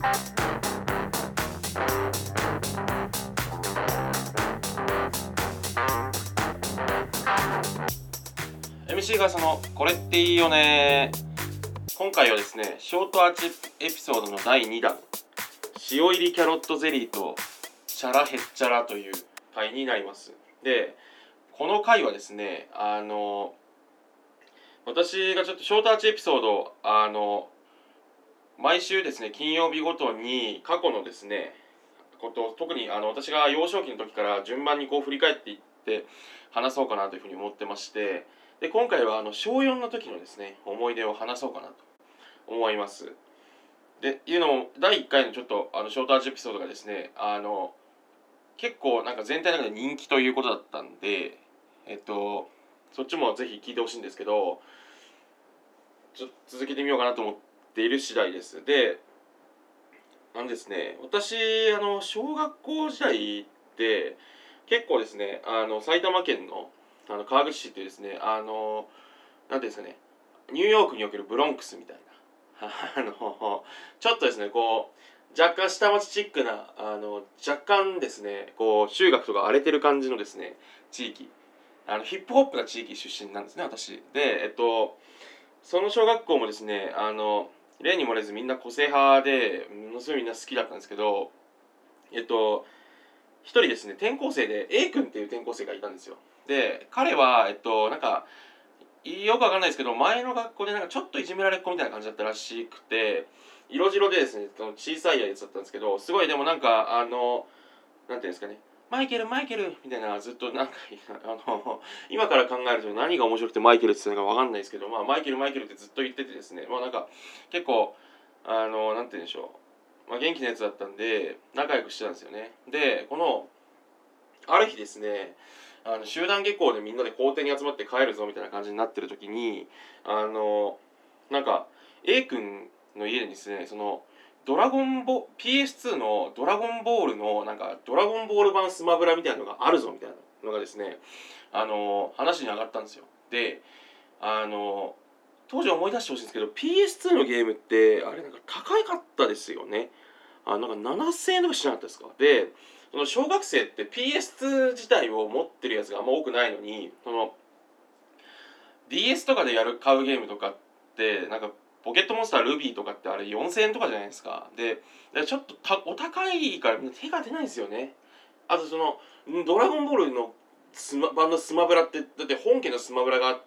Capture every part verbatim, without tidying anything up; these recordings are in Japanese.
エムシー がそのこれっていいよね。今回はですね、ショートアーチエピソードのだいにだん、塩入りキャロットゼリーとチャラヘッチャラという回になります。で、この回はですね、あの私がちょっとショートアーチエピソード、あの毎週ですね、金曜日ごとに過去のですねこと、特にあの私が幼少期の時から順番にこう振り返っていって話そうかなというふうに思ってまして、で今回はあのしょうよんの時のですね思い出を話そうかなと思います。でいうのもだいいっかいのちょっとあのショートアーチエピソードがですね、あの結構なんか全体の中で人気ということだったんで、えっとそっちもぜひ聞いてほしいんですけど、ちょっと続けてみようかなと思っている次第です。で、あのですね、私あの小学校時代って結構ですね、あの埼玉県のあの川口市っていうですね、あのなんていうんですかね、ニューヨークにおけるブロンクスみたいなあのちょっとですねこう若干下町チックな、あの若干ですねこう中学とか荒れてる感じのですね地域、あのヒップホップな地域出身なんですね、私で。えっとその小学校もですね、あの例に漏れずみんな個性派でものすごいみんな好きだったんですけど、えっと一人ですね転校生で A 君っていう転校生がいたんですよ。で彼はえっとなんかよくわかんないですけど、前の学校でなんかちょっといじめられっ子みたいな感じだったらしくて、色白でですね、その小さいやつだったんですけど、すごいでもなんかあのなんていうんですかね、マイケルマイケルみたいなずっとなんかあの今から考えると何が面白くてマイケルって言ったのかわかんないですけど、まあマイケルマイケルってずっと言っててですね、まあなんか結構あのなんて言うんでしょう、まあ元気なやつだったんで仲良くしてたんですよね。でこのある日ですね、あの集団下校でみんなで校庭に集まって帰るぞみたいな感じになってる時に、あのなんか A 君の家にですね、そのドラゴンボ ピーエスツー のドラゴンボールのなんかドラゴンボール版スマブラみたいなのがあるぞみたいなのがですね、あの話に上がったんですよ。で、あの当時思い出してほしいんですけど ピーエスツー のゲームってあれなんか高かったですよね。あなんかななせんえんとかしなかったですか。でその小学生って ピーエスツー 自体を持ってるやつがあんま多くないのに、その ディーエス とかでやる買うゲームとかってなんかポケットモンスタールビーとかってあれよんせんえんとかじゃないですか。でちょっとたお高いから手が出ないんですよね。あとそのドラゴンボールのスマ版のスマブラってだって本家のスマブラがあって、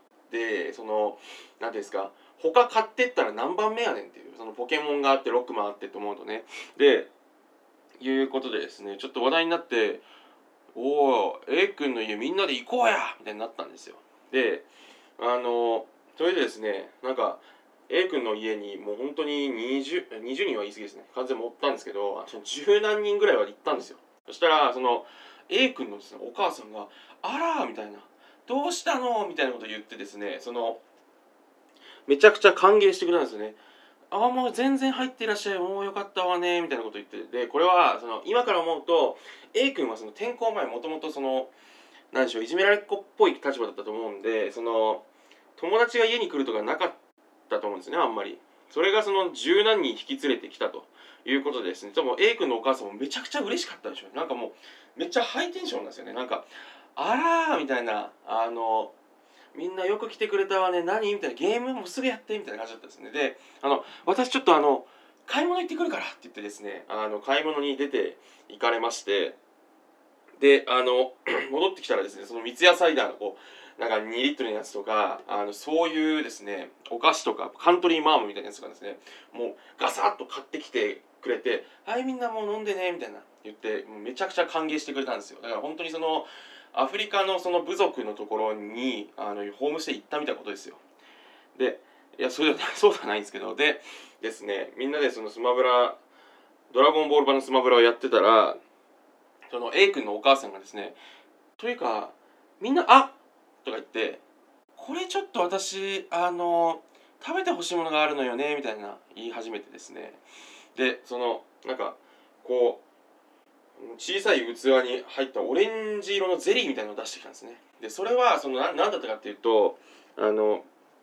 そのなんていうんですか、他買ってったら何番目やねんっていう、そのポケモンがあってロックマンあってと思うとね。でいうことでですね、ちょっと話題になって、おお A 君の家みんなで行こうやみたいになったんですよ。であのそれでですね、なんか A 君の家にもう本当ににじゅう、にじゅうにんは言い過ぎですね、完全に持ったんですけど、十何人ぐらいは行ったんですよ。そしたらその A 君のですねお母さんがあらーみたいな、どうしたのみたいなこと言ってですね、そのめちゃくちゃ歓迎してくれたんですよね。ああもう全然入っていらっしゃい、もうよかったわねみたいなこと言って、でこれはその今から思うと A 君はその転校前もともとその何でしょういじめられっ子っぽい立場だったと思うんで、その友達が家に来るとかなかったと思うんですね、あんまり。それがその十何人引き連れてきたということでですね、多分 A 君のお母さんもめちゃくちゃ嬉しかったでしょうね。なんかもうめっちゃハイテンションなんですよね。なんかあらーみたいな、あのみんなよく来てくれたわね、何みたいな、ゲームもすぐやってみたいな感じだったんですね。であの私ちょっとあの買い物行ってくるからって言ってですね、あの買い物に出て行かれまして、であの戻ってきたらですね、その三ツ矢サイダーのこうなんかにリットルのやつとか、あのそういうですねお菓子とかカントリーマームみたいなやつがですね、もうガサッと買ってきてくれて、はいみんなもう飲んでねみたいな言って、もうめちゃくちゃ歓迎してくれたんですよ。だから本当にそのアフリカのその部族のところにあのホームステイ行ったみたいなことですよ。でいやそれそうじゃないんですけど、でですね、みんなでそのスマブラドラゴンボール版のスマブラをやってたら、その A 君のお母さんがですね、というかみんなあとか言って、これちょっと私あの食べてほしいものがあるのよねみたいな言い始めてですね、でそのなんかこう小さい器に入ったオレンジ色のゼリーみたいなのを出してきたんですね。でそれはそのな何だったかっていうと、あの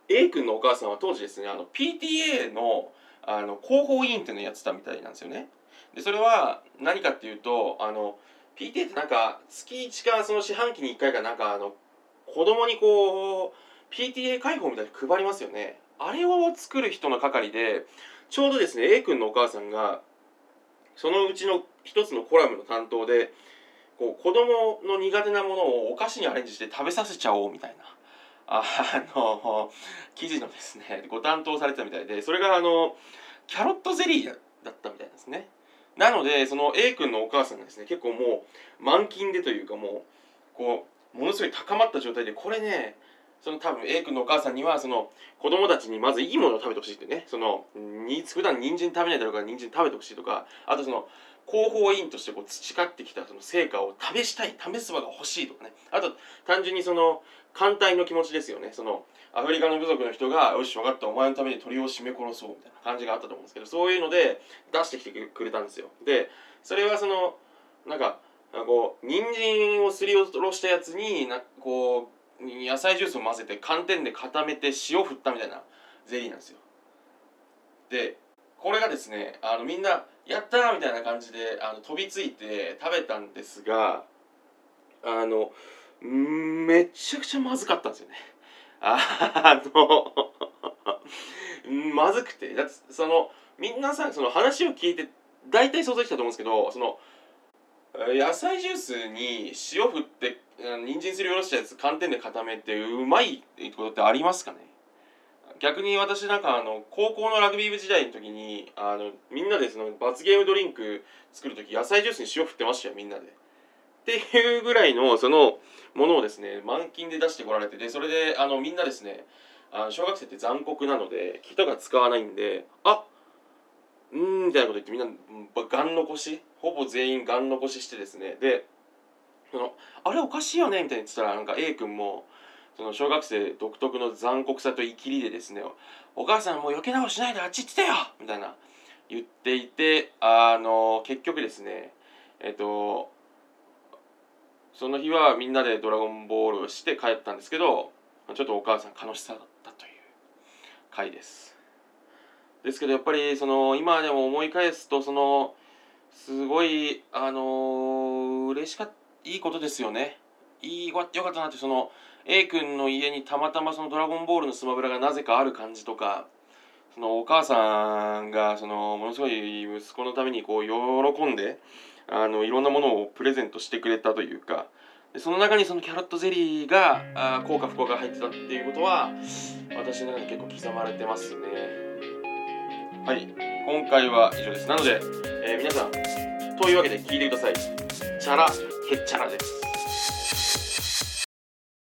A 君のお母さんは当時ですね、あの ピーティーエー のあの広報委員っていうのをやってたみたいなんですよね。でそれは何かっていうと、あの ピーティーエー ってなんか月いちかその四半期にいっかいかなんかあの子供にこう ピーティーエー 開放みたいに配りますよね。あれを作る人の係で、ちょうどですね A 君のお母さんがそのうちの一つのコラムの担当で、こう子供の苦手なものをお菓子にアレンジして食べさせちゃおうみたいなあの記事のですねご担当されてたみたいで、それがあのキャロットゼリーだったみたいですね。なのでその A 君のお母さんがですね結構もう満勤でというか、もうこうものすごい高まった状態で、これねその多分 A 君のお母さんにはその子供たちにまずいいものを食べてほしいってね、そのに普段人参食べないだろうから人参食べてほしいとか、あとその広報委員としてこう培ってきたその成果を試したい、試す場が欲しいとかね、あと単純にその艦隊の気持ちですよね。そのアフリカの部族の人がよし分かったお前のために鳥を絞め殺そうみたいな感じがあったと思うんですけど、そういうので出してきてくれたんですよ。でそれはそのなんかこう人参をすりおろしたやつになこう野菜ジュースを混ぜて寒天で固めて塩振ったみたいなゼリーなんですよ。でこれがですねあのみんなやったーみたいな感じであの飛びついて食べたんですが、あのめちゃくちゃまずかったんですよね。あのまずくて、だってそのみんなさその話を聞いて大体想像できたと思うんですけど、その野菜ジュースに塩振って人参すりおろしたやつ寒天で固めてうまいってことってありますかね。逆に私なんかあの高校のラグビー部時代の時にあのみんなでその罰ゲームドリンク作る時野菜ジュースに塩振ってましたよみんなで。っていうぐらいのそのものをですね満勤で出してこられて、でそれであのみんなですねあの小学生って残酷なので気とか使わないんで、あうーんみたいなこと言ってみんなガン残し、ほぼ全員ガン残ししてですね、でそのあれおかしいよねみたいに言ってたらなんか A 君もその小学生独特の残酷さとイキリでですね、お母さんもう余計なことしないであっち行ってたよみたいな言っていて、あの結局ですねえっとその日はみんなでドラゴンボールをして帰ったんですけど、ちょっとお母さん悲しさだったという回です。ですけどやっぱりその今でも思い返すとそのすごいあの嬉しかったいいことですよね。いいよかったなって、その A 君の家にたまたまそのドラゴンボールのスマブラがなぜかある感じとか、そのお母さんがそのものすごい息子のためにこう喜んであのいろんなものをプレゼントしてくれたというか、でその中にそのキャロットゼリーがあ効果不効果入ってたっていうことは私の中に結構刻まれてますね。はい、今回は以上です。なので、えー、皆さんというわけで聞いてください。チャラヘッチャラです。